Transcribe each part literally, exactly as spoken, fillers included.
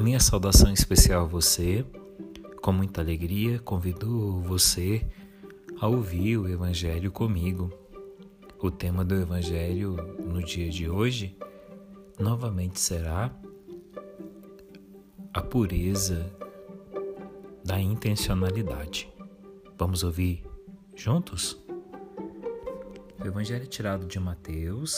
minha saudação especial a você. Com muita alegria, convido você a ouvir o Evangelho comigo. O tema do Evangelho no dia de hoje novamente será a pureza da intencionalidade. Vamos ouvir juntos? O Evangelho é tirado de Mateus,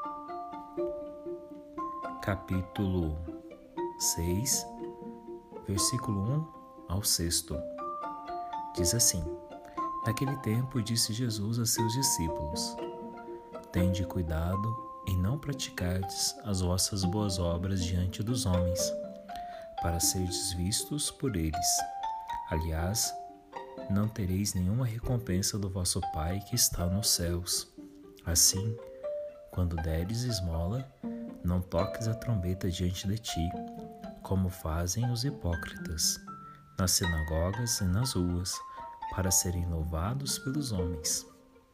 capítulo seis, versículo um ao seis. Diz assim: Naquele tempo disse Jesus a seus discípulos: Tende cuidado em não praticardes as vossas boas obras diante dos homens, para serdes vistos por eles. Aliás, não tereis nenhuma recompensa do vosso Pai que está nos céus. Assim, quando deres esmola, não toques a trombeta diante de ti, como fazem os hipócritas, nas sinagogas e nas ruas, para serem louvados pelos homens.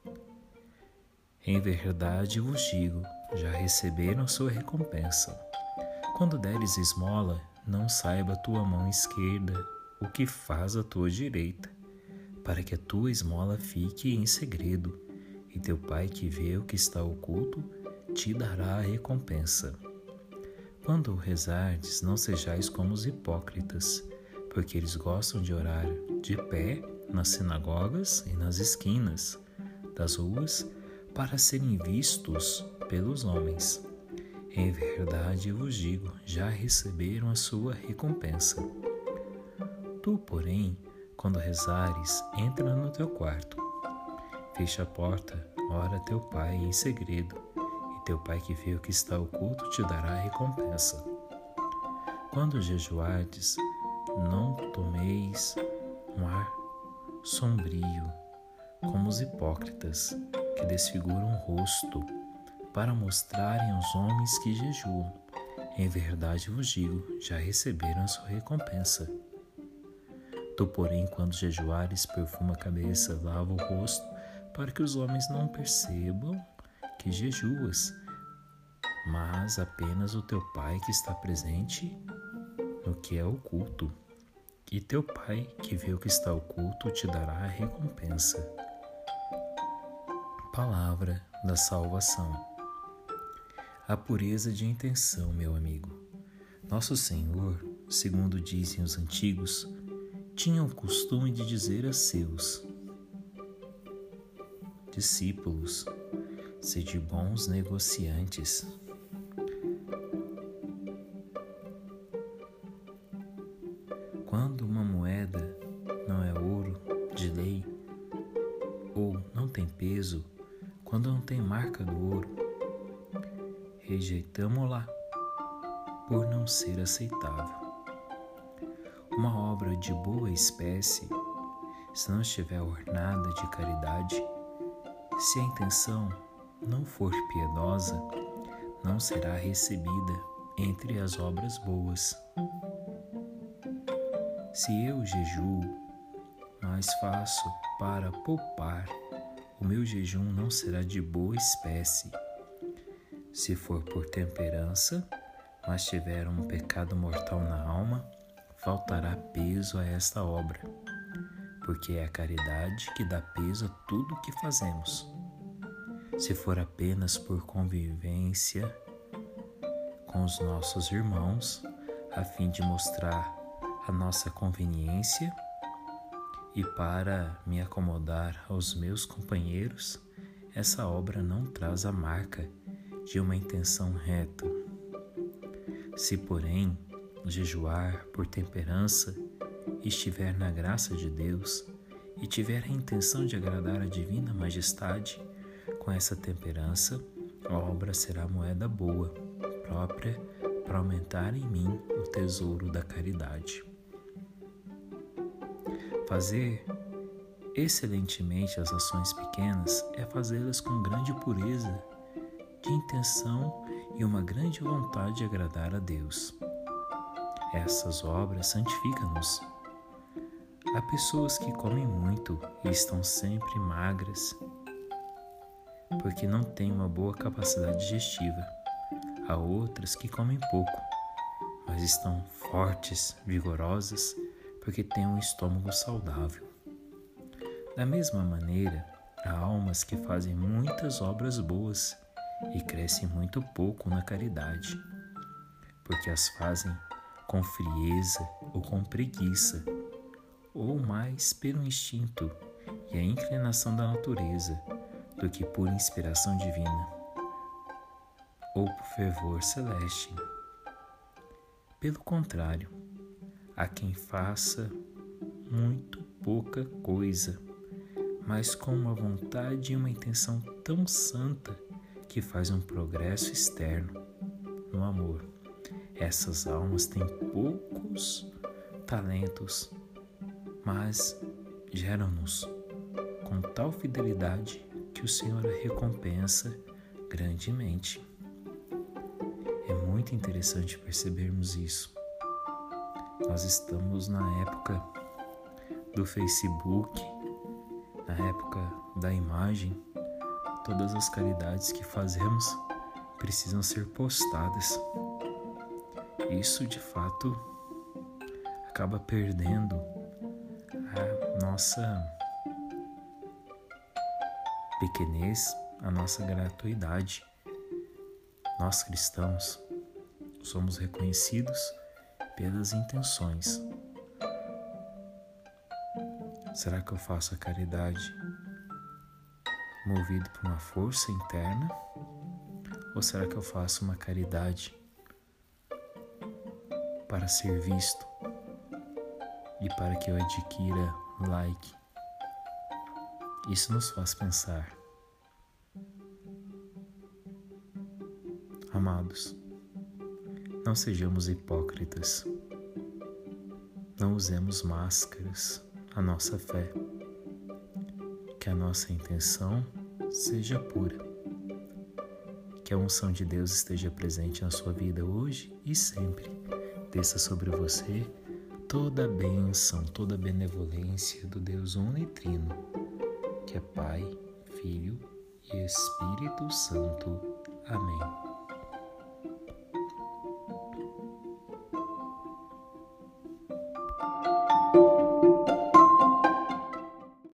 Em verdade vos digo, já receberam sua recompensa. Quando deres esmola, não saiba a tua mão esquerda o que faz a tua direita, para que a tua esmola fique em segredo, e teu Pai que vê o que está oculto te dará a recompensa. Quando rezardes, não sejais como os hipócritas, porque eles gostam de orar de pé nas sinagogas e nas esquinas das ruas, para serem vistos pelos homens. Em verdade vos digo, já receberam a sua recompensa. Tu, porém, quando rezares, entra no teu quarto, fecha a porta, ora a teu Pai em segredo, e teu Pai que vê o que está oculto te dará a recompensa. Quando jejuardes, não tomeis um ar sombrio, como os hipócritas, que desfiguram o rosto, para mostrarem aos homens que jejuam. Em verdade vos digo, já receberam a sua recompensa. Tu, porém, quando jejuares, perfuma a cabeça, lava o rosto, para que os homens não percebam que jejuas, mas apenas o teu Pai que está presente no que é oculto. E teu Pai que vê o que está oculto te dará a recompensa. Palavra da salvação. A pureza de intenção, meu amigo. Nosso Senhor, segundo dizem os antigos, tinha o costume de dizer a seus discípulos: sede bons negociantes. Quando uma moeda não é ouro de lei, ou não tem peso, quando não tem marca do ouro, rejeitamo-la por não ser aceitável. Uma obra de boa espécie, se não estiver ornada de caridade, se a intenção não for piedosa, não será recebida entre as obras boas. Se eu jejuo, mas faço para poupar, o meu jejum não será de boa espécie. Se for por temperança, mas tiver um pecado mortal na alma, faltará peso a esta obra, porque é a caridade que dá peso a tudo o que fazemos. Se for apenas por convivência com os nossos irmãos, a fim de mostrar a nossa conveniência e para me acomodar aos meus companheiros, essa obra não traz a marca de uma intenção reta. Se, porém, jejuar por temperança, estiver na graça de Deus e tiver a intenção de agradar a divina majestade, com essa temperança, a obra será moeda boa, própria para aumentar em mim o tesouro da caridade. Fazer excelentemente as ações pequenas é fazê-las com grande pureza de intenção e uma grande vontade de agradar a Deus. Essas obras santificam-nos. Há pessoas que comem muito e estão sempre magras, porque não têm uma boa capacidade digestiva. Há outras que comem pouco, mas estão fortes, vigorosas, porque têm um estômago saudável. Da mesma maneira, há almas que fazem muitas obras boas e crescem muito pouco na caridade, porque as fazem com frieza ou com preguiça, ou mais pelo instinto e a inclinação da natureza do que por inspiração divina ou por fervor celeste. Pelo contrário, há quem faça muito pouca coisa, mas com uma vontade e uma intenção tão santa que faz um progresso externo no amor. Essas almas têm poucos talentos, mas geram-nos com tal fidelidade que o Senhor a recompensa grandemente. É muito interessante percebermos isso. Nós estamos na época do Facebook, na época da imagem. Todas as caridades que fazemos precisam ser postadas. Isso, de fato, acaba perdendo a nossa pequenez, a nossa gratuidade. Nós cristãos somos reconhecidos pelas intenções. Será que eu faço a caridade movido por uma força interna? Ou será que eu faço uma caridade para ser visto e para que eu adquira like? Isso nos faz pensar. Amados, não sejamos hipócritas. Não usemos máscaras à nossa fé. Que a nossa intenção seja pura. Que a unção de Deus esteja presente na sua vida hoje e sempre. Desça sobre você toda a bênção, toda a benevolência do Deus uno e trino, que é Pai, Filho e Espírito Santo. Amém.